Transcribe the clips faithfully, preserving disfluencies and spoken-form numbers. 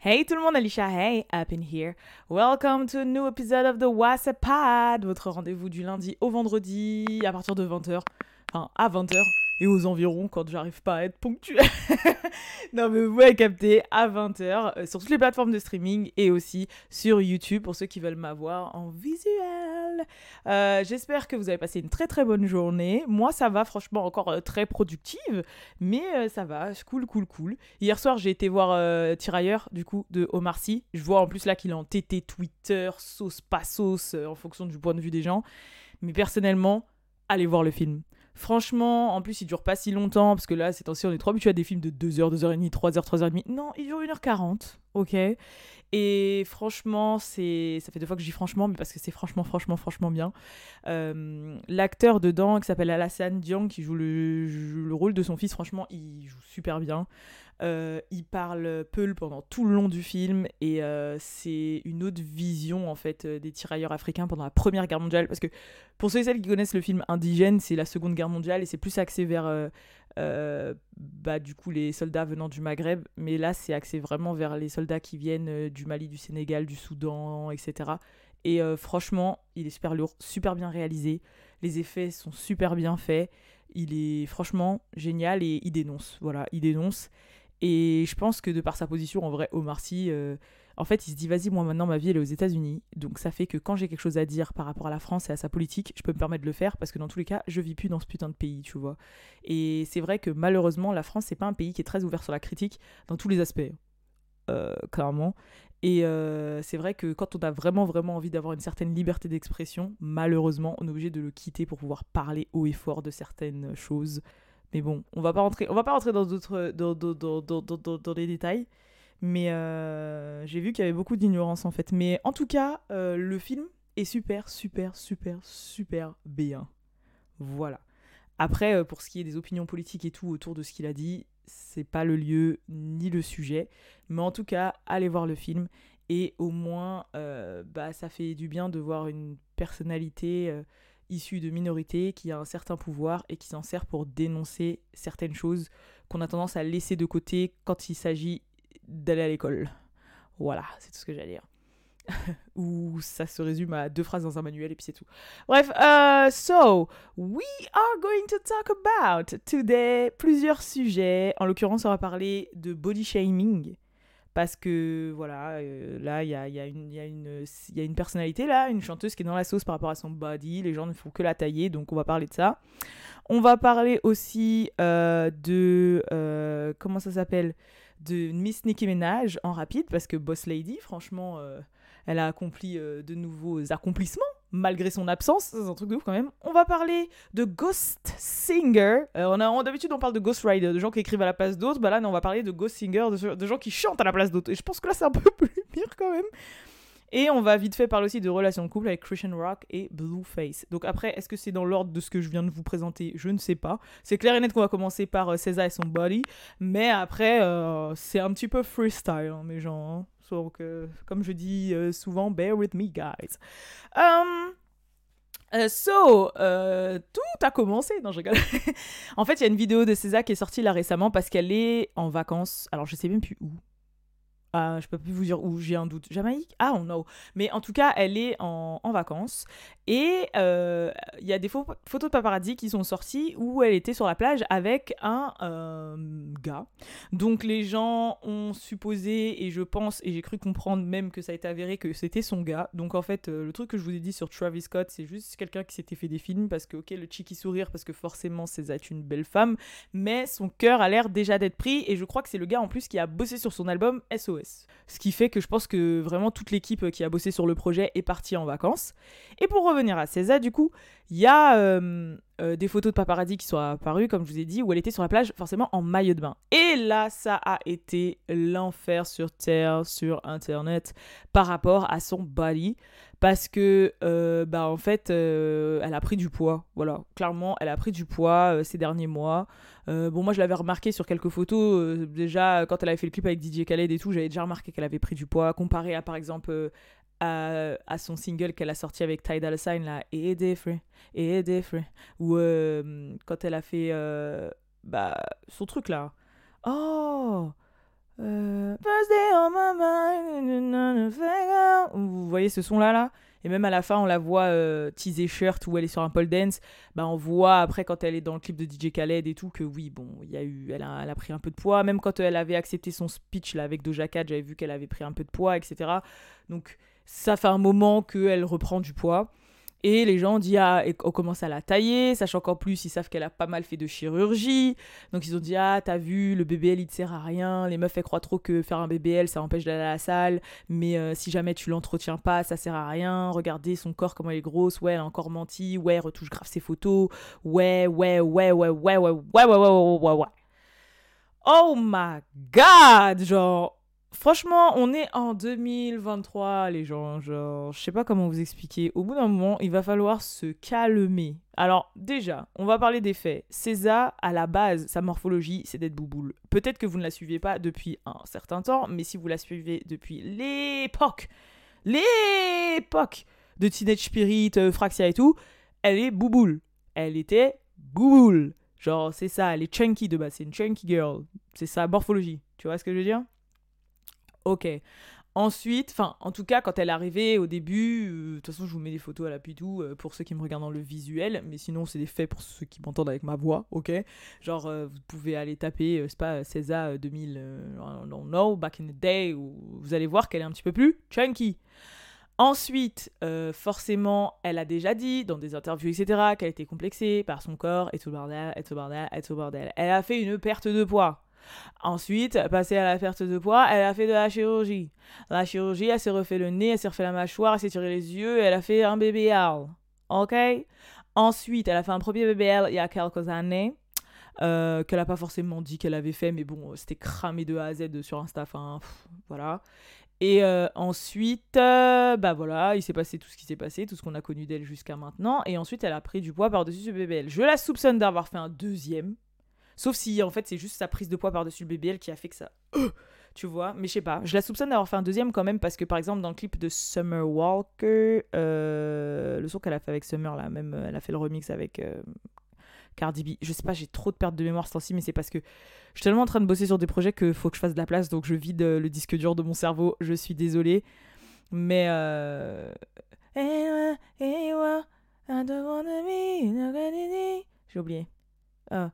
Hey tout le monde, Alicia, hey, up in here. Welcome to a new episode of the WhatsApp, votre rendez-vous du lundi au vendredi à partir de vingt heures. Enfin, à vingt heures et aux environs quand j'arrive pas à être ponctuelle. Non mais vous avez capté, à vingt heures euh, sur toutes les plateformes de streaming et aussi sur YouTube pour ceux qui veulent m'avoir en visuel. Euh, j'espère que vous avez passé une très très bonne journée. Moi ça va, franchement encore euh, très productive, mais euh, ça va, cool cool cool. Hier soir j'ai été voir euh, Tirailleurs du coup de Omar Sy. Je vois en plus là qu'il est en T T Twitter, sauce pas sauce euh, en fonction du point de vue des gens. Mais personnellement, allez voir le film. Franchement, en plus, il dure pas si longtemps, parce que là, ces temps-ci, on est trop habitué à des films de deux heures, deux heures trente, trois heures, trois heures trente. Non, il dure une heure quarante, ok. Et franchement, c'est... ça fait deux fois que je dis franchement, mais parce que c'est franchement, franchement, franchement bien. Euh, L'acteur dedans, qui s'appelle Alassane Diong, qui joue le... le rôle de son fils, franchement, il joue super bien. Euh, il parle Peul pendant tout le long du film et euh, c'est une autre vision en fait euh, des tirailleurs africains pendant la Première Guerre mondiale, parce que pour ceux et celles qui connaissent le film Indigène, c'est la Seconde Guerre mondiale et c'est plus axé vers euh, euh, bah, du coup les soldats venant du Maghreb, mais là c'est axé vraiment vers les soldats qui viennent euh, du Mali, du Sénégal, du Soudan, et cetera. Et euh, franchement, il est super lourd, super bien réalisé, les effets sont super bien faits, il est franchement génial et il dénonce, voilà, il dénonce. Et je pense que de par sa position, en vrai, Omar Sy, euh, en fait, il se dit, vas-y, moi maintenant, ma vie, elle est aux États-Unis. Donc ça fait que quand j'ai quelque chose à dire par rapport à la France et à sa politique, je peux me permettre de le faire parce que dans tous les cas, je vis plus dans ce putain de pays, tu vois. Et c'est vrai que malheureusement, la France, c'est pas un pays qui est très ouvert sur la critique dans tous les aspects, euh, clairement. Et euh, c'est vrai que quand on a vraiment, vraiment envie d'avoir une certaine liberté d'expression, malheureusement, on est obligé de le quitter pour pouvoir parler haut et fort de certaines choses. Mais bon, on va pas rentrer, on va pas rentrer dans d'autres, dans, dans, dans, dans, dans, dans- dans les détails. Mais euh, j'ai vu qu'il y avait beaucoup d'ignorance en fait. Mais en tout cas, euh, le film est super, super, super, super bien. Voilà. Après, euh, pour ce qui est des opinions politiques et tout autour de ce qu'il a dit, c'est pas le lieu ni le sujet. Mais en tout cas, allez voir le film. Et au moins, euh, bah, ça fait du bien de voir une personnalité euh, issue de minorité qui a un certain pouvoir et qui s'en sert pour dénoncer certaines choses qu'on a tendance à laisser de côté quand il s'agit d'aller à l'école. Voilà, c'est tout ce que j'ai à dire. Où ça se résume à deux phrases dans un manuel et puis c'est tout. Bref, euh, so, we are going to talk about today plusieurs sujets. En l'occurrence, on va parler de body shaming. Parce que, voilà, euh, là, il y a, y, a y, a y a une personnalité, là, une chanteuse qui est dans la sauce par rapport à son body. Les gens ne font que la tailler, donc on va parler de ça. On va parler aussi euh, de... Euh, comment ça s'appelle, de Miss Nicki Minaj en rapide, parce que Boss Lady, franchement, euh, elle a accompli euh, de nouveaux accomplissements, malgré son absence. C'est un truc de ouf quand même. On va parler de Ghost Singer. Euh, on a, on, d'habitude, on parle de Ghost Rider, de gens qui écrivent à la place d'autres. Bah là, non, on va parler de Ghost Singer, de, de gens qui chantent à la place d'autres. Et je pense que là, c'est un peu plus pire quand même. Et on va vite fait parler aussi de relations de couple avec Christian Rock et Blueface. Donc après, est-ce que c'est dans l'ordre de ce que je viens de vous présenter? Je ne sais pas. C'est clair et net qu'on va commencer par euh, César et son body. Mais après, euh, c'est un petit peu freestyle, hein, mes gens. Hein. Donc, euh, comme je dis euh, souvent, bear with me, guys. Um, Uh, so, euh, tout a commencé. Non, je rigole. En fait, il y a une vidéo de César qui est sortie là récemment parce qu'elle est en vacances. Alors, je sais même plus où. Ah, je peux plus vous dire où, j'ai un doute. Jamaïque? Ah, on know. Mais en tout cas, elle est en, en vacances. Et il euh, y a des fo- photos de paparazzi qui sont sorties où elle était sur la plage avec un euh, gars. Donc les gens ont supposé, et je pense, et j'ai cru comprendre même que ça a été avéré, que c'était son gars. Donc en fait, euh, le truc que je vous ai dit sur Travis Scott, c'est juste quelqu'un qui s'était fait des films parce que, ok, le cheeky sourire, parce que forcément, César est une belle femme. Mais son cœur a l'air déjà d'être pris. Et je crois que c'est le gars en plus qui a bossé sur son album S O S. Ce qui fait que je pense que vraiment toute l'équipe qui a bossé sur le projet est partie en vacances. Et pour revenir à César, du coup, il y a euh, euh, des photos de paparazzi qui sont apparues, comme je vous ai dit, où elle était sur la plage, forcément en maillot de bain. Et là, ça a été l'enfer sur Terre, sur Internet, par rapport à son body. Parce que, euh, bah, en fait, euh, elle a pris du poids. Voilà, clairement, elle a pris du poids euh, ces derniers mois. Euh, bon, moi, je l'avais remarqué sur quelques photos. Euh, déjà, quand elle avait fait le clip avec D J Khaled et tout, j'avais déjà remarqué qu'elle avait pris du poids. Comparé à, par exemple, euh, à, à son single qu'elle a sorti avec Ty Dolla $ign, là, et different, et different. Ou euh, quand elle a fait euh, bah, son truc, là. Oh! Euh, First day on my mind. Vous voyez ce son-là, là et même à la fin, on la voit euh, teaser shirt où elle est sur un pole dance. Bah, on voit après quand elle est dans le clip de D J Khaled et tout que oui, bon, il y a eu, elle a, elle a pris un peu de poids. Même quand elle avait accepté son speech là avec Doja Cat, j'avais vu qu'elle avait pris un peu de poids, et cetera. Donc ça fait un moment qu'elle reprend du poids. Et les gens disent, ah, et on commence à la tailler, sachant qu'en plus, ils savent qu'elle a pas mal fait de chirurgie. Donc, ils ont dit, ah, t'as vu, le B B L, il te sert à rien. Les meufs, elles croient trop que faire un B B L, ça empêche d'aller à la salle. Mais euh, si jamais tu l'entretiens pas, ça sert à rien. Regardez son corps, comment elle est grosse. Ouais, elle a encore menti. Ouais, elle retouche grave ses photos. Ouais, ouais, ouais, ouais, ouais, ouais, ouais, ouais, ouais, ouais, ouais, ouais. Oh my God! Genre... Franchement, on est en deux mille vingt-trois, les gens. Genre, je sais pas comment vous expliquer. Au bout d'un moment, il va falloir se calmer. Alors, déjà, on va parler des faits. César, à la base, sa morphologie, c'est d'être bouboule. Peut-être que vous ne la suivez pas depuis un certain temps, mais si vous la suivez depuis l'époque, l'époque de Teenage Spirit, euh, Fraxia et tout, elle est bouboule. Elle était bouboule. Genre, c'est ça, elle est chunky de base. C'est une chunky girl. C'est sa morphologie. Tu vois ce que je veux dire ? Ok. Ensuite, enfin, en tout cas, quand elle est arrivée au début, euh, de toute façon, je vous mets des photos à l'appui tout euh, pour ceux qui me regardent dans le visuel, mais sinon, c'est des faits pour ceux qui m'entendent avec ma voix, ok. Genre, euh, vous pouvez aller taper, euh, c'est pas César euh, deux mille, euh, I don't know, back in the day, où vous allez voir qu'elle est un petit peu plus chunky. Ensuite, euh, forcément, elle a déjà dit dans des interviews, et cetera, qu'elle était complexée par son corps et tout le bordel, et tout le bordel, et tout le bordel. Elle a fait une perte de poids. Ensuite, passée à la perte de poids, elle a fait de la chirurgie. La chirurgie, elle s'est refait le nez, elle s'est refait la mâchoire, elle s'est tiré les yeux, et elle a fait un B B L. Ok? Ensuite, elle a fait un premier B B L il y a quelques années, euh, qu'elle n'a pas forcément dit qu'elle avait fait, mais bon, c'était cramé de A à Z sur Insta, enfin, pff, voilà. Et euh, ensuite, euh, bah voilà, il s'est passé tout ce qui s'est passé, tout ce qu'on a connu d'elle jusqu'à maintenant, et ensuite, elle a pris du poids par-dessus ce B B L. Je la soupçonne d'avoir fait un deuxième. Sauf si, en fait, c'est juste sa prise de poids par-dessus le B B L qui a fait que ça... tu vois, mais je sais pas. Je la soupçonne d'avoir fait un deuxième quand même parce que, par exemple, dans le clip de Summer Walker, euh, le son qu'elle a fait avec Summer, là, même, elle a fait le remix avec euh, Cardi B. Je sais pas, j'ai trop de perte de mémoire ce temps-ci, mais c'est parce que je suis tellement en train de bosser sur des projets qu'il faut que je fasse de la place, donc je vide euh, le disque dur de mon cerveau. Je suis désolée. Mais... Euh... J'ai oublié. Euh...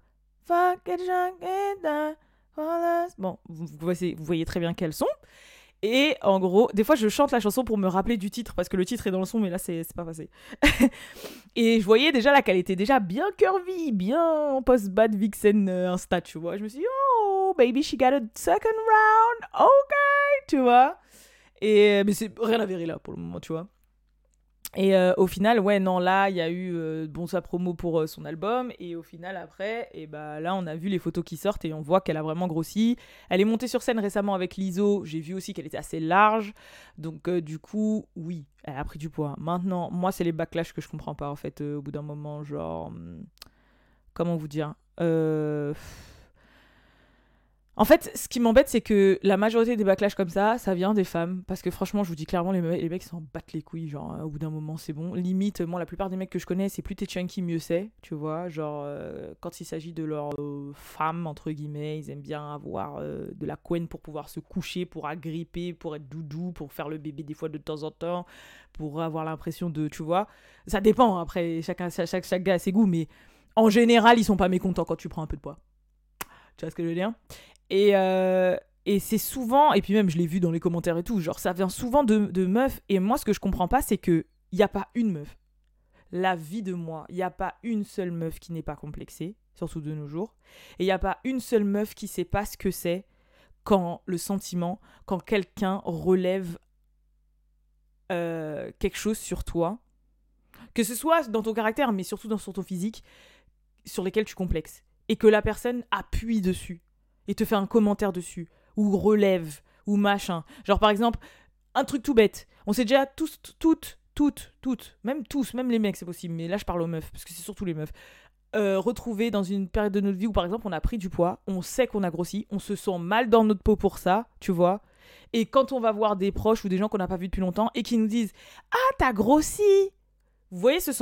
Bon, vous, vous, voyez, vous voyez très bien quels sont. Et en gros, des fois je chante la chanson pour me rappeler du titre parce que le titre est dans le son, mais là c'est, c'est pas passé. Et je voyais déjà là qu'elle était déjà bien curvy, bien post-bad vixen euh, Insta, tu vois. Je me suis dit, oh, baby, she got a second round, ok, tu vois. Et, mais c'est rien à verrer là pour le moment, tu vois. Et euh, au final, ouais, non, là, il y a eu euh, bon, sa promo pour euh, son album. Et au final, après, et bah, là, on a vu les photos qui sortent et on voit qu'elle a vraiment grossi. Elle est montée sur scène récemment avec Lizzo. J'ai vu aussi qu'elle était assez large. Donc, euh, du coup, oui, elle a pris du poids. Maintenant, moi, c'est les backlash que je comprends pas, en fait, euh, au bout d'un moment. Genre, hum, comment vous dire euh... En fait, ce qui m'embête, c'est que la majorité des backlash comme ça, ça vient des femmes. Parce que franchement, je vous dis clairement, les, me- les mecs s'en battent les couilles. Genre, euh, au bout d'un moment, c'est bon. Limite, moi, la plupart des mecs que je connais, c'est plus t'es chunky, mieux c'est. Tu vois, genre, euh, quand il s'agit de leurs euh, femmes, entre guillemets, ils aiment bien avoir euh, de la couenne pour pouvoir se coucher, pour agripper, pour être doudou, pour faire le bébé des fois de temps en temps, pour avoir l'impression de. Tu vois, ça dépend. Après, chacun, chaque, chaque gars a ses goûts. Mais en général, ils sont pas mécontents quand tu prends un peu de poids. Tu vois ce que je veux dire ? Et, euh, et c'est souvent, et puis même je l'ai vu dans les commentaires et tout, genre ça vient souvent de, de meufs. Et moi, ce que je comprends pas, c'est qu'il n'y a pas une meuf. La vie de moi, il n'y a pas une seule meuf qui n'est pas complexée, surtout de nos jours. Et il n'y a pas une seule meuf qui sait pas ce que c'est quand le sentiment, quand quelqu'un relève euh, quelque chose sur toi, que ce soit dans ton caractère, mais surtout dans, sur ton physique, sur lesquels tu complexes. Et que la personne appuie dessus. Et te fait un commentaire dessus, ou relève, ou machin. Genre par exemple, un truc tout bête. On s'est déjà tous, toutes, toutes, toutes, même tous, même les mecs c'est possible, mais là je parle aux meufs, parce que c'est surtout les meufs, euh, retrouvés dans une période de notre vie où par exemple on a pris du poids, on sait qu'on a grossi, on se sent mal dans notre peau pour ça, tu vois. Et quand on va voir des proches ou des gens qu'on n'a pas vus depuis longtemps et qui nous disent « Ah, t'as grossi !» Vous voyez ce sentiment ?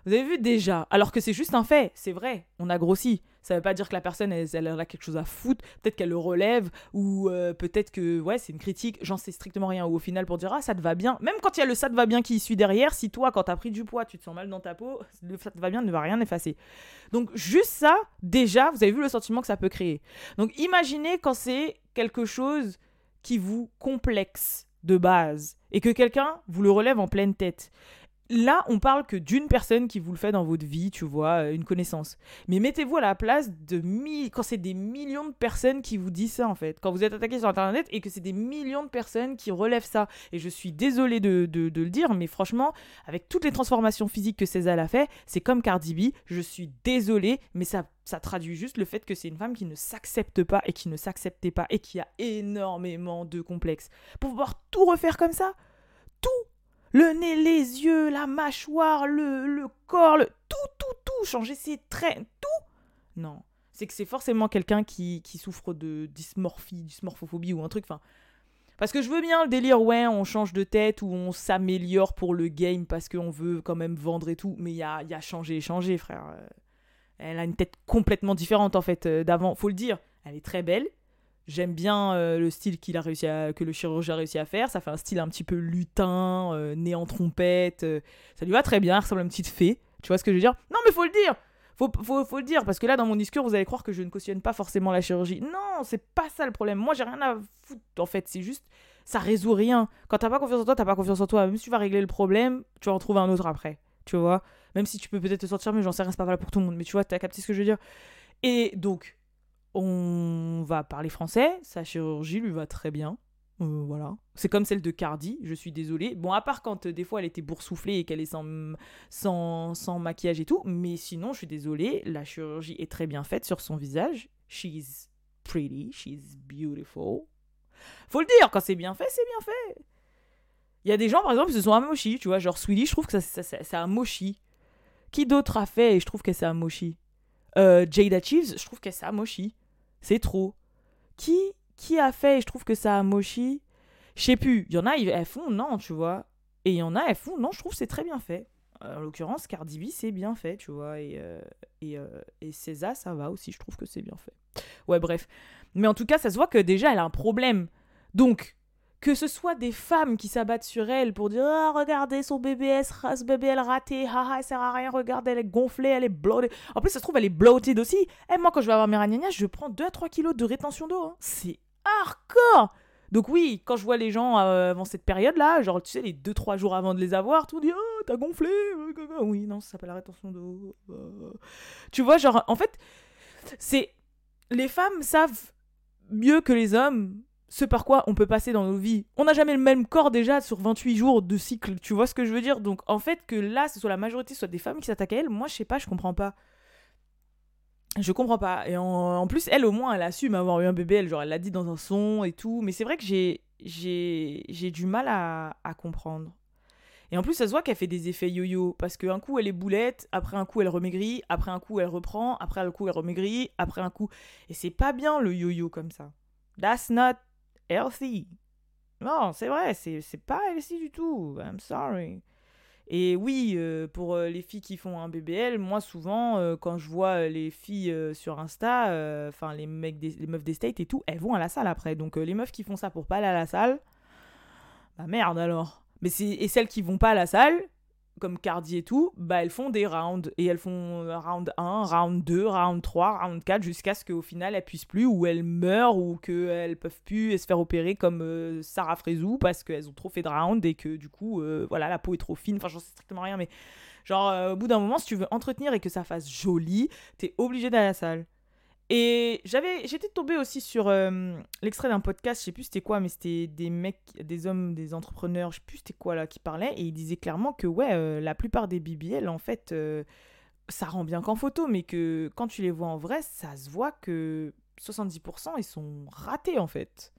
Vous avez vu déjà, alors que c'est juste un fait, c'est vrai, on a grossi. Ça veut pas dire que la personne, elle, elle a quelque chose à foutre, peut-être qu'elle le relève, ou euh, peut-être que, ouais, c'est une critique, j'en sais strictement rien. Ou au final, pour dire, ah, ça te va bien, même quand il y a le ça te va bien qui suit derrière, si toi, quand t'as pris du poids, tu te sens mal dans ta peau, le ça te va bien ne va rien effacer. Donc, juste ça, déjà, vous avez vu le sentiment que ça peut créer. Donc, imaginez quand c'est quelque chose qui vous complexe de base, et que quelqu'un vous le relève en pleine tête. Là, on parle que d'une personne qui vous le fait dans votre vie, tu vois, une connaissance. Mais mettez-vous à la place de mi- quand c'est des millions de personnes qui vous disent ça, en fait. Quand vous êtes attaqué sur Internet et que c'est des millions de personnes qui relèvent ça. Et je suis désolée de, de, de le dire, mais franchement, avec toutes les transformations physiques que César a fait, c'est comme Cardi B. Je suis désolée, mais ça, ça traduit juste le fait que c'est une femme qui ne s'accepte pas et qui ne s'acceptait pas et qui a énormément de complexes. Pour pouvoir tout refaire comme ça, tout. Le nez, les yeux, la mâchoire, le, le corps, le... tout, tout, tout, changer ses traits, tout. Non, c'est que c'est forcément quelqu'un qui, qui souffre de dysmorphie, dysmorphophobie ou un truc, enfin... Parce que je veux bien le délire, ouais, on change de tête ou on s'améliore pour le game parce qu'on veut quand même vendre et tout, mais il y a, y a changé et changé, frère. Elle a une tête complètement différente, en fait, d'avant, faut le dire. Elle est très belle. J'aime bien euh, le style qu'il a réussi à, que le chirurgien a réussi à faire. Ça fait un style un petit peu lutin, euh, né en trompette. Euh, ça lui va très bien, elle ressemble à une petite fée. Tu vois ce que je veux dire? Non, mais faut le dire! Faut, faut, faut le dire, parce que là, dans mon discours, vous allez croire que je ne cautionne pas forcément la chirurgie. Non, c'est pas ça le problème. Moi, j'ai rien à foutre, en fait. C'est juste, ça résout rien. Quand t'as pas confiance en toi, t'as pas confiance en toi. Même si tu vas régler le problème, tu vas en trouver un autre après. Tu vois? Même si tu peux peut-être te sortir, mais j'en sais rien, c'est pas valable pour tout le monde. Mais tu vois, t'as capté ce que je veux dire? Et donc... on va parler français, sa chirurgie lui va très bien. Euh, voilà. C'est comme celle de Cardi, je suis désolée. Bon, à part quand euh, des fois elle était boursouflée et qu'elle est sans, sans, sans maquillage et tout, mais sinon, je suis désolée, la chirurgie est très bien faite sur son visage. She's pretty, she's beautiful. Faut le dire, quand c'est bien fait, c'est bien fait. Il y a des gens, par exemple, qui se sont amochis, tu vois, genre Sweetie, je trouve que ça, ça, ça, c'est un mochi. Qui d'autre a fait et je trouve que c'est un mochi? euh, Jada Chiefs, je trouve que c'est un mochi. C'est trop. Qui, qui a fait et je trouve que ça a mochi? Je sais plus. Il y en a, elles font non, tu vois. Et il y en a, elles font non, je trouve que c'est très bien fait. Euh, en l'occurrence, Cardi B, c'est bien fait, tu vois. Et, euh, et, euh, et César, ça va aussi, je trouve que c'est bien fait. Ouais, bref. Mais en tout cas, ça se voit que déjà, elle a un problème. Donc, que ce soit des femmes qui s'abattent sur elle pour dire ah, regardez son bébé, elle, ce bébé, elle raté, haha, elle sert à rien, regarde, elle est gonflée, elle est bloated. En plus, ça se trouve, elle est bloated aussi. Et moi, quand je vais avoir mes ragnagnas, je prends deux à trois kilos de rétention d'eau. Hein. C'est hardcore. Donc oui, quand je vois les gens euh, avant cette période-là, genre, tu sais, les deux trois jours avant de les avoir, tout dit oh, t'as gonflé. Oui, non, ça s'appelle la rétention d'eau. Tu vois, genre, en fait, c'est... Les femmes savent mieux que les hommes ce par quoi on peut passer dans nos vies. On n'a jamais le même corps déjà sur vingt-huit jours de cycle, tu vois ce que je veux dire? Donc en fait que là, ce soit la majorité, ce soit des femmes qui s'attaquent à elle, moi je sais pas, je comprends pas. Je comprends pas. Et en, en plus, elle au moins, elle assume avoir eu un bébé, elle, genre elle l'a dit dans un son et tout, mais c'est vrai que j'ai, j'ai, j'ai du mal à, à comprendre. Et en plus, ça se voit qu'elle fait des effets yo-yo, parce qu'un coup elle est boulette, après un coup elle remaigrit, après un coup elle reprend, après un coup elle remaigrit, après un coup... Et c'est pas bien le yo-yo comme ça. That's not healthy. Non, c'est vrai, c'est, c'est pas healthy du tout. I'm sorry. Et oui, euh, pour euh, les filles qui font un B B L, moi souvent, euh, quand je vois euh, les filles euh, sur Insta, enfin les, mecs des, les meufs des States et tout, elles vont à la salle après. Donc euh, les meufs qui font ça pour pas aller à la salle, bah merde alors. Mais c'est, et celles qui vont pas à la salle, comme Cardi et tout, bah elles font des rounds. Et elles font round un, round deux, round trois, round quatre, jusqu'à ce qu'au final elles puissent plus, ou elles meurent, ou qu'elles peuvent plus se faire opérer comme euh, Sarah Frézou, parce qu'elles ont trop fait de rounds, et que du coup, euh, voilà, la peau est trop fine. Enfin, j'en sais strictement rien, mais genre, euh, au bout d'un moment, si tu veux entretenir et que ça fasse joli, t'es obligé d'aller à la salle. Et j'avais, j'étais tombée aussi sur euh, l'extrait d'un podcast, je sais plus c'était quoi, mais c'était des mecs, des hommes, des entrepreneurs, je sais plus c'était quoi là, qui parlaient, et ils disaient clairement que ouais, euh, la plupart des B B L, en fait, euh, ça rend bien qu'en photo, mais que quand tu les vois en vrai, ça se voit que soixante-dix pour cent ils sont ratés en fait.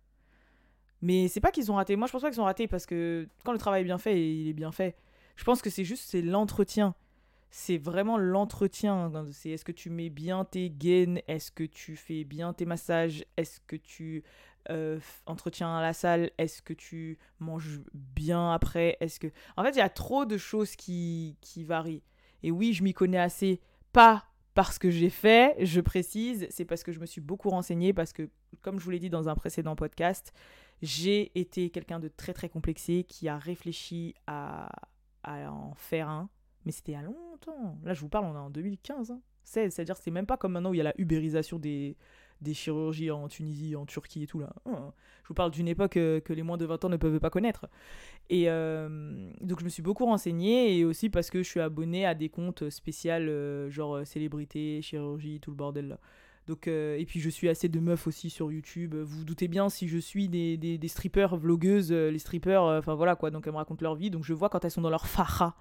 Mais c'est pas qu'ils sont ratés, moi je pense pas qu'ils sont ratés parce que quand le travail est bien fait, il est bien fait. Je pense que c'est juste, c'est l'entretien. C'est vraiment l'entretien. C'est est-ce que tu mets bien tes gaines? Est-ce que tu fais bien tes massages? Est-ce que tu euh, entretiens la salle? Est-ce que tu manges bien après? Est-ce que... En fait, il y a trop de choses qui, qui varient. Et oui, je m'y connais assez, pas parce que j'ai fait, je précise, c'est parce que je me suis beaucoup renseignée, parce que, comme je vous l'ai dit dans un précédent podcast, j'ai été quelqu'un de très très complexé qui a réfléchi à, à en faire un, mais c'était il y a longtemps. Là, je vous parle, on est en deux mille quinze, hein. C'est, c'est-à-dire que c'est même pas comme maintenant où il y a la ubérisation des, des chirurgies en Tunisie, en Turquie et tout là. Hein. Je vous parle d'une époque euh, que les moins de vingt ans ne peuvent pas connaître. Et euh, donc je me suis beaucoup renseignée, et aussi parce que je suis abonnée à des comptes spéciaux, euh, genre euh, célébrité, chirurgie, tout le bordel là. Donc, euh, et puis je suis assez de meufs aussi sur YouTube. Vous vous doutez bien, si je suis des, des, des strippers vlogueuses, euh, les strippers, enfin euh, voilà quoi, donc elles me racontent leur vie, donc je vois quand elles sont dans leur facha.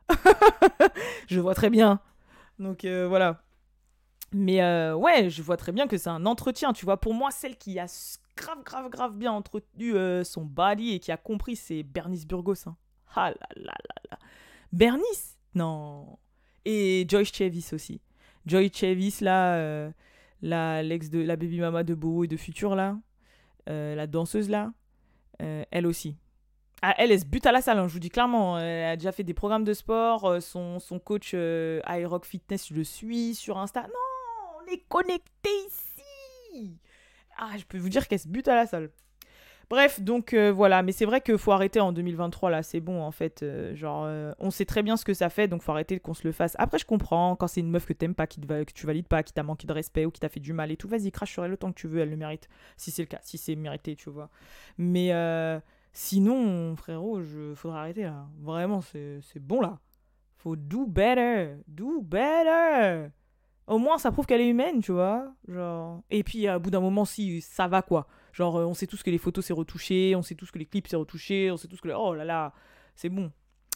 Je vois très bien. Donc euh, voilà. Mais euh, ouais, je vois très bien que c'est un entretien, tu vois. Pour moi, celle qui a grave, grave, grave bien entretenu euh, son body et qui a compris, c'est Bernice Burgos. Hein. Ah là là là là. Bernice. Non. Et Joyce Chavis aussi. Joyce Chavis, là, euh, la, l'ex de la baby mama de Bowo et de Future, là, euh, la danseuse, là, euh, elle aussi. Ah, elle, elle se bute à la salle, hein, je vous dis clairement. Elle a déjà fait des programmes de sport. euh, Son, son coach euh, iRock Fitness, je le suis sur Insta. Non, on est connectés ici. Ah, je peux vous dire qu'elle se bute à la salle. Bref, donc euh, voilà. Mais c'est vrai qu'il faut arrêter en deux mille vingt-trois, là. C'est bon, en fait. euh, genre, euh, on sait très bien ce que ça fait, donc faut arrêter qu'on se le fasse. Après, je comprends, quand c'est une meuf que t'aimes pas, qui te va- que tu valides pas, qui t'a manqué de respect ou qui t'a fait du mal et tout, vas-y, crache sur elle autant que tu veux, elle le mérite. Si c'est le cas, si c'est mérité, tu vois. Mais... Euh, Sinon, frérot, je faudra arrêter là. Vraiment, c'est, c'est bon là. Faut do better. Do better. Au moins, ça prouve qu'elle est humaine, tu vois. Genre. Et puis, à bout d'un moment, si ça va quoi. Genre, euh, on sait tous que les photos c'est retouché, on sait tous que les clips c'est retouché, on sait tous que. Le... Oh là là, c'est bon.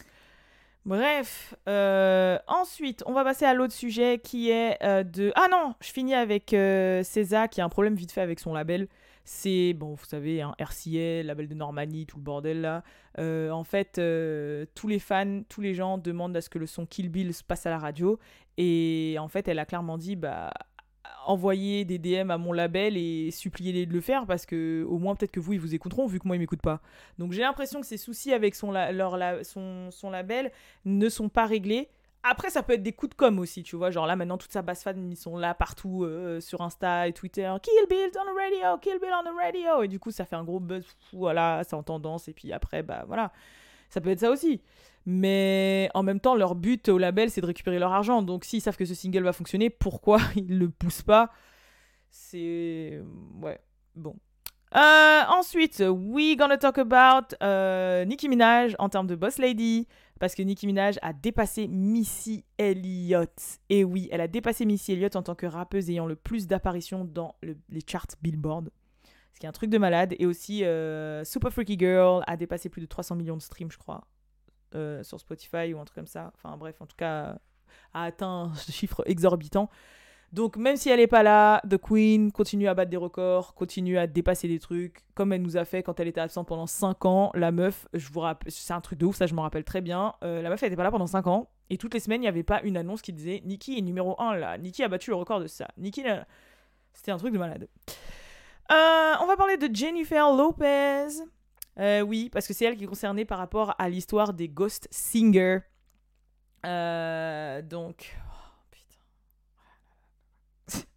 Bref, euh, ensuite, on va passer à l'autre sujet qui est euh, de... Ah non, je finis avec euh, César qui a un problème vite fait avec son label. C'est, bon, vous savez, hein, R C A, label de Normanie, tout le bordel là. Euh, en fait, euh, tous les fans, tous les gens demandent à ce que le son Kill Bill se passe à la radio. Et en fait, elle a clairement dit, bah, envoyer des D M à mon label et supplier-les de le faire parce que au moins peut-être que vous ils vous écouteront vu que moi ils m'écoutent pas. Donc j'ai l'impression que ces soucis avec son, la, leur, la, son, son label ne sont pas réglés. Après ça peut être des coups de com aussi, tu vois, genre là maintenant toute sa base fan ils sont là partout euh, sur Insta et Twitter, Kill Bill on the radio, Kill Bill on the radio, et du coup ça fait un gros buzz, voilà, c'est en tendance, et puis après bah voilà, ça peut être ça aussi. Mais en même temps, leur but au label, c'est de récupérer leur argent. Donc s'ils savent que ce single va fonctionner, pourquoi ils le poussent pas? C'est... Ouais, bon. Euh, ensuite, we gonna talk about euh, Nicki Minaj en termes de boss lady. Parce que Nicki Minaj a dépassé Missy Elliott. Et oui, elle a dépassé Missy Elliott en tant que rappeuse ayant le plus d'apparitions dans le, les charts Billboard. Ce qui est un truc de malade. Et aussi, euh, Super Freaky Girl a dépassé plus de trois cents millions de streams, je crois. Euh, sur Spotify ou un truc comme ça. Enfin bref, en tout cas, a atteint un chiffre exorbitant. Donc même si elle n'est pas là, The Queen continue à battre des records, continue à dépasser des trucs, comme elle nous a fait quand elle était absente pendant cinq ans. La meuf, je vous rappelle, c'est un truc de ouf, ça je m'en rappelle très bien. Euh, la meuf, elle n'était pas là pendant cinq ans, et toutes les semaines, il n'y avait pas une annonce qui disait « Nicki est numéro un là, Nicki a battu le record de ça, Nicki là... » C'était un truc de malade. Euh, on va parler de Jennifer Lopez. Euh, oui, parce que c'est elle qui est concernée par rapport à l'histoire des Ghost Singers. Euh, donc... Oh, putain.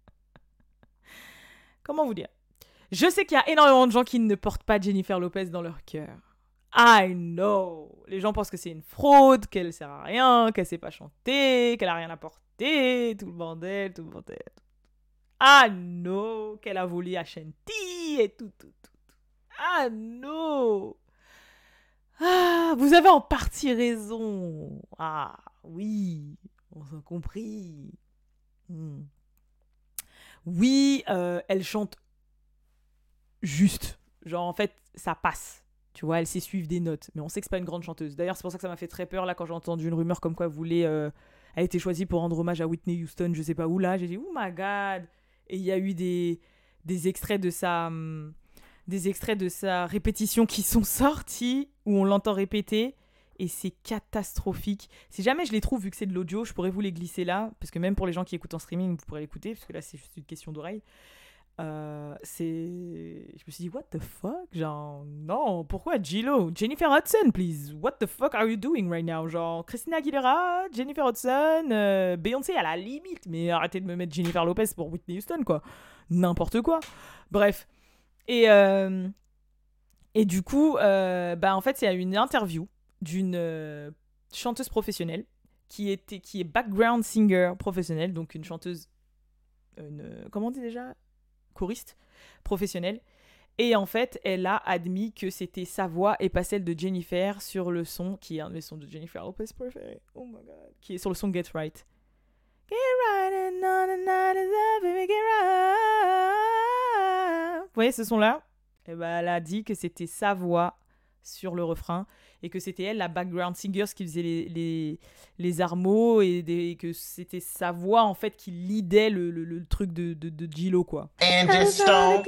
Comment vous dire? Je sais qu'il y a énormément de gens qui ne portent pas Jennifer Lopez dans leur cœur. I know. Les gens pensent que c'est une fraude, qu'elle sert à rien, qu'elle sait pas chanter, qu'elle a rien apporté, tout le bordel, tout le bordel. Ah non, qu'elle a volé à Shanti et tout, tout, tout. Ah non. Ah, vous avez en partie raison. Ah, oui, on s'en compris. Hmm. Oui, euh, elle chante juste. Genre, en fait, ça passe. Tu vois, elle sait suivre des notes. Mais on sait que c'est pas une grande chanteuse. D'ailleurs, c'est pour ça que ça m'a fait très peur, là, quand j'ai entendu une rumeur comme quoi elle voulait... Euh, elle a été choisie pour rendre hommage à Whitney Houston, je sais pas où, là. J'ai dit, oh my God. Et il y a eu des, des extraits de sa... Hum, des extraits de sa répétition qui sont sortis, où on l'entend répéter, et c'est catastrophique. Si jamais je les trouve, vu que c'est de l'audio, je pourrais vous les glisser là, parce que même pour les gens qui écoutent en streaming, vous pourrez l'écouter, parce que là, c'est juste une question d'oreille. Euh, c'est... Je me suis dit, what the fuck? Genre, non, pourquoi J-Lo? Jennifer Hudson, please. What the fuck are you doing right now? Genre, Christina Aguilera, Jennifer Hudson, euh, Beyoncé à la limite. Mais arrêtez de me mettre Jennifer Lopez pour Whitney Houston, quoi. N'importe quoi. Bref. Et, euh, et du coup, euh, bah, en fait, il y a une interview d'une euh, chanteuse professionnelle qui, était, qui est background singer professionnelle, donc une chanteuse... Une, comment on dit déjà? Choriste professionnelle. Et en fait, elle a admis que c'était sa voix et pas celle de Jennifer sur le son, qui est un de mes sons de Jennifer Lopez préférés. Oh my god. Qui est sur le son Get Right. Get right and on the night is up, baby, get right. Vous voyez ce son-là? Et ben, elle a dit que c'était sa voix sur le refrain et que c'était elle la background singer qui faisait les, les, les armos et, des, et que c'était sa voix en fait qui leadait le, le, le truc de, de, de J-Lo quoi. And just stone.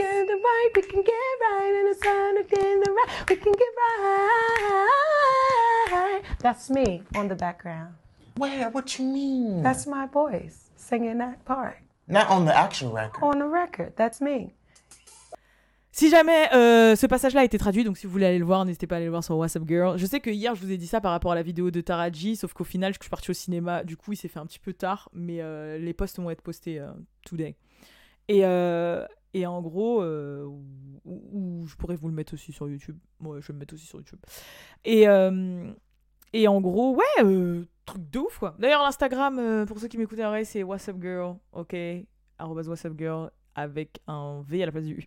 That's me on the background. Where? What you mean? That's my voice singing that part. Not on the actual record. On the record, that's me. Si jamais euh, ce passage-là a été traduit, donc si vous voulez aller le voir, n'hésitez pas à aller le voir sur What's Up Girl. Je sais que hier, je vous ai dit ça par rapport à la vidéo de Taraji, sauf qu'au final, je suis partie au cinéma, du coup, il s'est fait un petit peu tard, mais euh, les posts vont être postés euh, today. Et, euh, et en gros, euh, ou, ou je pourrais vous le mettre aussi sur YouTube. Ouais, je vais me mettre aussi sur YouTube. Et, euh, et en gros, ouais, euh, truc de ouf, quoi. D'ailleurs, l'Instagram, euh, pour ceux qui m'écoutent à l'oreille, c'est What's Up Girl, ok, arobase What's Up Girl, avec un V à la place du U.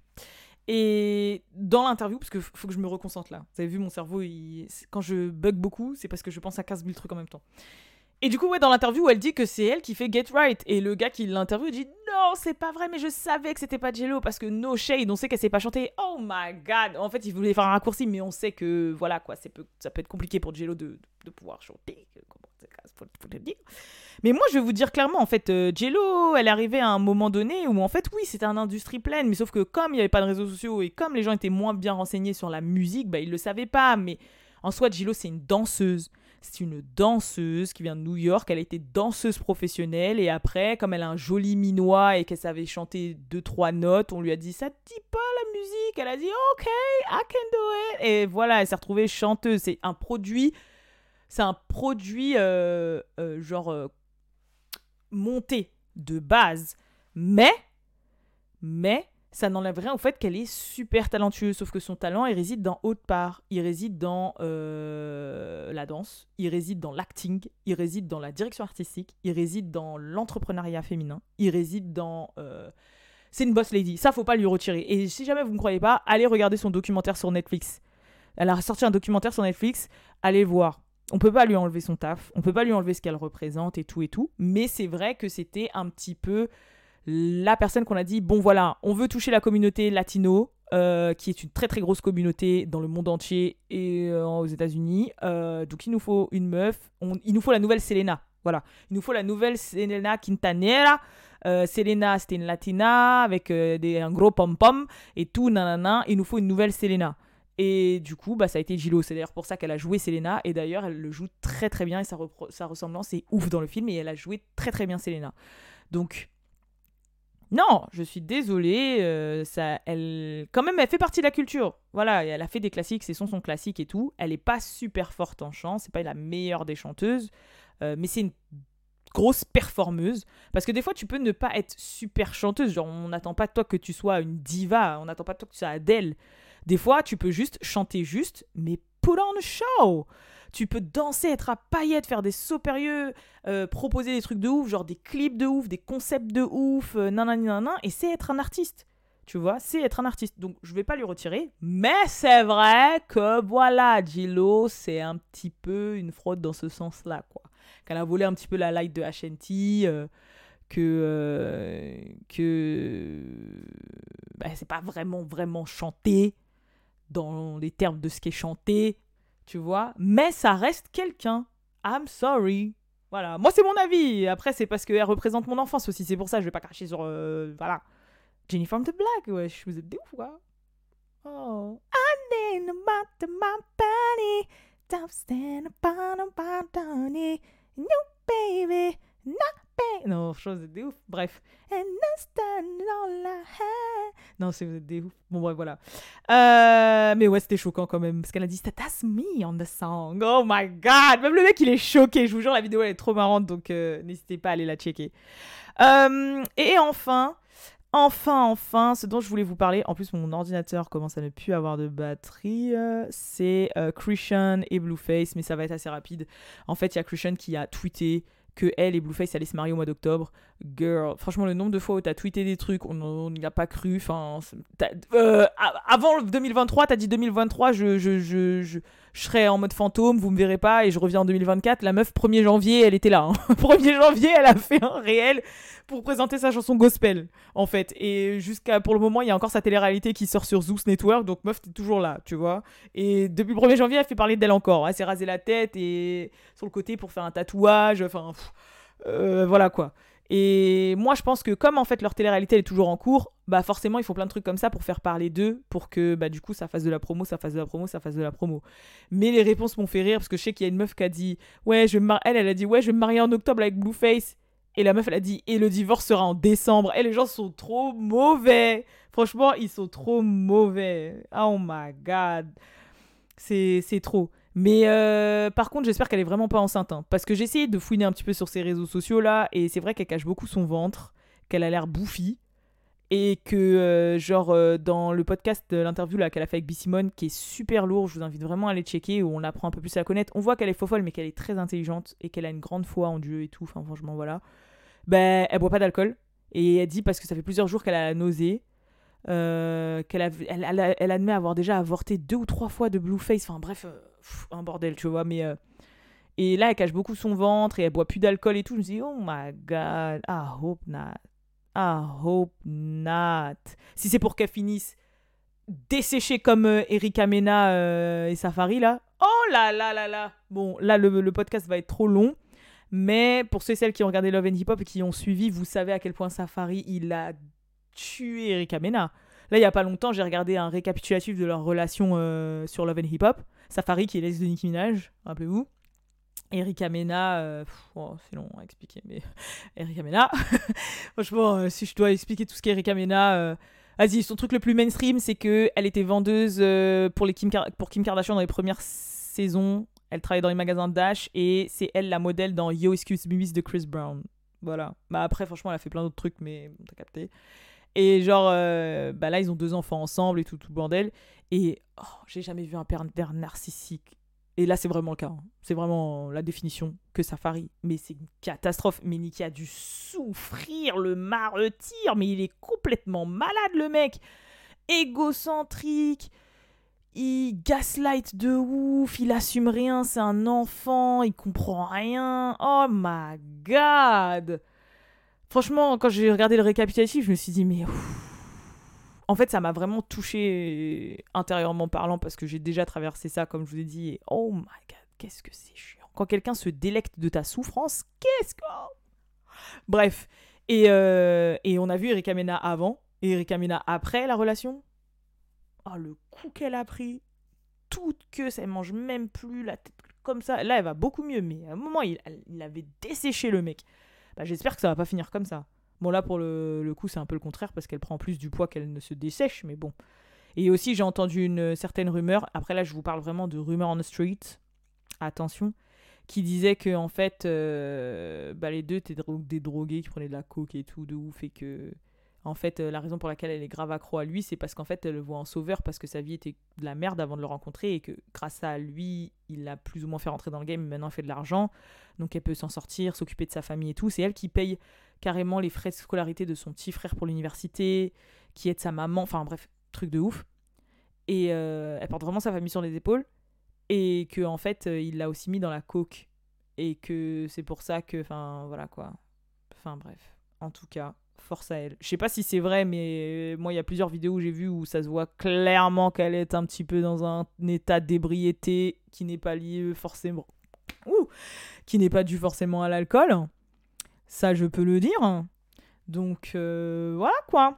Et dans l'interview, parce qu'il faut que je me reconcentre là. Vous avez vu, mon cerveau, il... quand je bug beaucoup, c'est parce que je pense à quinze mille trucs en même temps. Et du coup, ouais, dans l'interview, elle dit que c'est elle qui fait Get Right. Et le gars qui l'interviewe dit non, c'est pas vrai, mais je savais que c'était pas J-Lo parce que no shade, on sait qu'elle sait pas chanter. Oh my god. En fait, il voulait faire un raccourci, mais on sait que voilà quoi, c'est peu... ça peut être compliqué pour J-Lo de, de pouvoir chanter. Faut, faut le dire. Mais moi, je vais vous dire clairement, en fait, euh, J-Lo, elle est arrivée à un moment donné où, en fait, oui, c'était une industrie pleine, mais sauf que comme il n'y avait pas de réseaux sociaux et comme les gens étaient moins bien renseignés sur la musique, bah, ils le savaient pas. Mais en soi, J-Lo, c'est une danseuse. C'est une danseuse qui vient de New York. Elle a été danseuse professionnelle et après, comme elle a un joli minois et qu'elle savait chanter deux, trois notes, on lui a dit, ça te dit pas la musique? Elle a dit, ok, I can do it. Et voilà, elle s'est retrouvée chanteuse. C'est un produit... C'est un produit euh, euh, genre euh, monté de base. Mais, mais, ça n'enlève rien au fait qu'elle est super talentueuse. Sauf que son talent, il réside dans autre part. Il réside dans euh, la danse, il réside dans l'acting, il réside dans la direction artistique, il réside dans l'entrepreneuriat féminin, il réside dans... Euh... C'est une boss lady, ça faut pas lui retirer. Et si jamais vous ne me croyez pas, allez regarder son documentaire sur Netflix. Elle a sorti un documentaire sur Netflix, allez voir. On peut pas lui enlever son taf, on peut pas lui enlever ce qu'elle représente et tout et tout, mais c'est vrai que c'était un petit peu la personne qu'on a dit, bon voilà, on veut toucher la communauté latino, euh, qui est une très très grosse communauté dans le monde entier et euh, aux États-Unis, euh, donc il nous faut une meuf, on, il nous faut la nouvelle Selena, voilà, il nous faut la nouvelle Selena Quintanilla. Euh, Selena, c'était une latina avec euh, des, un gros pom-pom et tout, nanana, il nous faut une nouvelle Selena. Et du coup, bah, ça a été J-Lo. C'est d'ailleurs pour ça qu'elle a joué Selena. Et d'ailleurs, elle le joue très très bien. Et sa, repro- sa ressemblance est ouf dans le film. Et elle a joué très très bien Selena. Donc, non, je suis désolée. Euh, ça, elle, quand même, elle fait partie de la culture. Voilà, elle a fait des classiques. Ses sons sont classiques et tout. Elle n'est pas super forte en chant. C'est pas la meilleure des chanteuses. Euh, mais c'est une grosse performeuse. Parce que des fois, tu peux ne pas être super chanteuse. Genre, on n'attend pas de toi que tu sois une diva. On n'attend pas de toi que tu sois Adele. Des fois, tu peux juste chanter juste, mais put on a show. Tu peux danser, être à paillettes, faire des sauts périlleux, euh, proposer des trucs de ouf, genre des clips de ouf, des concepts de ouf, euh, nanana, nanana, et c'est être un artiste. Tu vois, c'est être un artiste. Donc, je vais pas lui retirer, mais c'est vrai que, voilà, J-Lo, c'est un petit peu une fraude dans ce sens-là, quoi. Qu'elle a volé un petit peu la light de H and T, euh, que, euh, que bah, c'est pas vraiment, vraiment chanté dans les termes de ce qui est chanté, tu vois, mais ça reste quelqu'un. I'm sorry. Voilà, moi c'est mon avis. Après c'est parce qu'elle représente mon enfance aussi, c'est pour ça que je vais pas cracher sur euh, voilà. Jenny from the Black, ouais, je vous êtes des ouf, quoi. Oh. I need about my body, top stand upon a body, new baby, not baby. Non, chose de ouf. Bref. And standing on la hair. Non, c'est vous êtes des ouf. Bon, bref, voilà. Euh, mais ouais, c'était choquant quand même. Parce qu'elle a dit, that's me on the song. Oh my god. Même le mec, il est choqué. Je vous jure, la vidéo, elle est trop marrante. Donc, euh, n'hésitez pas à aller la checker. Euh, et enfin, enfin, enfin, ce dont je voulais vous parler. En plus, mon ordinateur commence à ne plus avoir de batterie. euh, c'est euh, Christian et Blueface. Mais ça va être assez rapide. En fait, il y a Christian qui a tweeté que elle et Blueface allaient se marier au mois d'octobre. Girl, franchement, le nombre de fois où t'as tweeté des trucs, on n'y a pas cru. Enfin, euh, avant deux mille vingt-trois, t'as dit deux mille vingt-trois, je, je, je, je, je serai en mode fantôme, vous me verrez pas, et je reviens en deux mille vingt-quatre. La meuf, premier janvier, elle était là. Hein. premier janvier, elle a fait un réel pour présenter sa chanson gospel, en fait. Et jusqu'à, pour le moment, il y a encore sa télé-réalité qui sort sur Zeus Network, donc meuf, t'es toujours là, tu vois. Et depuis le premier janvier, elle fait parler d'elle encore. Elle s'est rasé la tête et sur le côté pour faire un tatouage, enfin, pff, euh, voilà quoi. Et moi, je pense que comme en fait leur télé-réalité elle est toujours en cours, bah forcément ils font plein de trucs comme ça pour faire parler d'eux, pour que bah du coup ça fasse de la promo, ça fasse de la promo, ça fasse de la promo. Mais les réponses m'ont fait rire parce que je sais qu'il y a une meuf qui a dit ouais je vais me mar- elle elle a dit ouais je vais me marier en octobre avec Blueface. Et la meuf elle a dit et le divorce sera en décembre. Et les gens sont trop mauvais. Franchement ils sont trop mauvais. Oh my god. C'est, c'est trop. Mais euh, par contre, j'espère qu'elle est vraiment pas enceinte. Hein, parce que j'ai essayé de fouiner un petit peu sur ses réseaux sociaux là. Et c'est vrai qu'elle cache beaucoup son ventre. Qu'elle a l'air bouffie. Et que, euh, genre, euh, dans le podcast de l'interview là, qu'elle a fait avec B. Simone, qui est super lourd, je vous invite vraiment à aller checker, où on apprend un peu plus à la connaître. On voit qu'elle est faux-folle, mais qu'elle est très intelligente. Et qu'elle a une grande foi en Dieu et tout. Enfin, franchement, voilà. Ben, elle boit pas d'alcool. Et elle dit parce que ça fait plusieurs jours qu'elle a la nausée. Euh, qu'elle a, elle, elle, elle admet avoir déjà avorté deux ou trois fois de Blueface. Enfin bref, euh, pff, un bordel, tu vois. Mais euh, et là, elle cache beaucoup son ventre et elle boit plus d'alcool et tout. Je me dis, oh my god, I hope not. I hope not. Si c'est pour qu'elle finisse desséchée comme euh, Erika Mena euh, et Safari là. Oh là là là là. Bon, là le, le podcast va être trop long. Mais pour ceux et celles qui ont regardé Love and Hip Hop et qui ont suivi, vous savez à quel point Safari, il a tué Erika Mena. Là, il y a pas longtemps, j'ai regardé un récapitulatif de leur relation euh, sur Love and Hip Hop. Safari qui est l'ex de Nicki Minaj, rappelez-vous. Erika Mena, euh, pff, oh, c'est long à expliquer, mais Erika Mena, franchement, euh, si je dois expliquer tout ce qu'est Erika Mena, euh... vas-y, son truc le plus mainstream, c'est que elle était vendeuse euh, pour, les Kim Car- pour Kim Kardashian dans les premières saisons. Elle travaillait dans les magasins Dash et c'est elle la modèle dans Yo Excuse Me Miss de Chris Brown. Voilà. Bah après, franchement, elle a fait plein d'autres trucs, mais t'as capté. Et genre, euh, bah là, ils ont deux enfants ensemble et tout, tout le bordel. Et oh, j'ai jamais vu un père narcissique. Et là, c'est vraiment le cas. Hein. C'est vraiment la définition que Safari. Mais c'est une catastrophe. Mais Nicki a dû souffrir le martyre. Mais il est complètement malade, le mec. Égocentrique. Il gaslight de ouf. Il assume rien. C'est un enfant. Il comprend rien. Oh my god. Franchement, quand j'ai regardé le récapitulatif, je me suis dit, mais... Ouf. En fait, ça m'a vraiment touchée intérieurement parlant parce que j'ai déjà traversé ça, comme je vous ai dit. Et oh my god, qu'est-ce que c'est chiant. Quand quelqu'un se délecte de ta souffrance, qu'est-ce que... Bref. Et, euh, et on a vu Erika Mena avant et Erika Mena après la relation. Oh, le coup qu'elle a pris. Toute queue, ça ne mange même plus la tête comme ça. Là, elle va beaucoup mieux, mais à un moment, il, il avait desséché le mec. Bah, j'espère que ça va pas finir comme ça. Bon, là, pour le, le coup, c'est un peu le contraire parce qu'elle prend plus du poids qu'elle ne se dessèche, mais bon. Et aussi, j'ai entendu une certaine rumeur. Après, là, je vous parle vraiment de rumeurs on the street. Attention. Qui disait que, en fait, euh, bah, les deux étaient dro- des drogués qui prenaient de la coke et tout, de ouf. Et que, en fait, euh, la raison pour laquelle elle est grave accro à lui, c'est parce qu'en fait, elle le voit en sauveur parce que sa vie était de la merde avant de le rencontrer et que, grâce à lui, il l'a plus ou moins fait rentrer dans le game. Maintenant, elle fait de l'argent. Donc, elle peut s'en sortir, s'occuper de sa famille et tout. C'est elle qui paye carrément les frais de scolarité de son petit frère pour l'université, qui aide sa maman, enfin bref, truc de ouf. Et euh, elle porte vraiment sa famille sur les épaules, et que en fait, euh, il l'a aussi mis dans la coke, et que c'est pour ça que, enfin voilà quoi. Enfin bref, en tout cas, force à elle. Je sais pas si c'est vrai, mais moi il y a plusieurs vidéos où j'ai vu où ça se voit clairement qu'elle est un petit peu dans un état d'ébriété qui n'est pas lié forcément, ouh, qui n'est pas dû forcément à l'alcool. Ça, je peux le dire. Donc, euh, voilà quoi.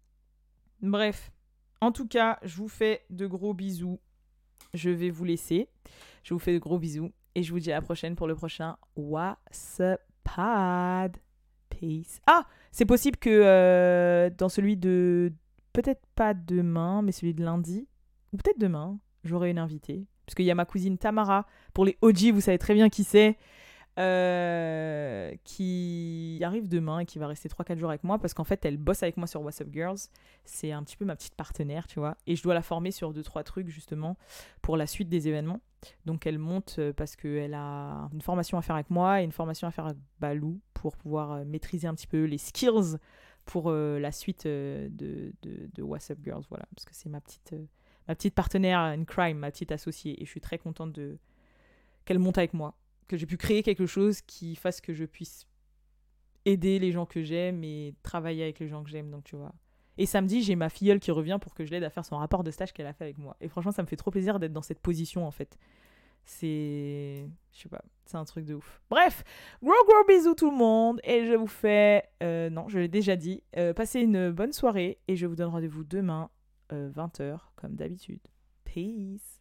Bref. En tout cas, je vous fais de gros bisous. Je vais vous laisser. Je vous fais de gros bisous. Et je vous dis à la prochaine pour le prochain What's Pod. Peace. Peace. Ah, c'est possible que euh, dans celui de... Peut-être pas demain, mais celui de lundi, ou peut-être demain, j'aurai une invitée. Parce qu'il y a ma cousine Tamara, pour les O G, vous savez très bien qui c'est, euh, qui arrive demain et qui va rester trois quatre jours avec moi, parce qu'en fait, elle bosse avec moi sur What's Up Girls. C'est un petit peu ma petite partenaire, tu vois. Et je dois la former sur deux trois trucs, justement, pour la suite des événements. Donc elle monte euh, parce qu'elle a une formation à faire avec moi et une formation à faire avec Balou pour pouvoir euh, maîtriser un petit peu les skills pour euh, la suite euh, de, de, de What's Up Girls, voilà, parce que c'est ma petite, euh, ma petite partenaire in crime, ma petite associée, et je suis très contente de... qu'elle monte avec moi, que j'ai pu créer quelque chose qui fasse que je puisse aider les gens que j'aime et travailler avec les gens que j'aime, donc tu vois. Et samedi, j'ai ma filleule qui revient pour que je l'aide à faire son rapport de stage qu'elle a fait avec moi. Et franchement, ça me fait trop plaisir d'être dans cette position, en fait. C'est... Je sais pas, c'est un truc de ouf. Bref, gros gros bisous tout le monde. Et je vous fais... Euh, non, je l'ai déjà dit. Euh, passez une bonne soirée. Et je vous donne rendez-vous demain, euh, vingt heures, comme d'habitude. Peace.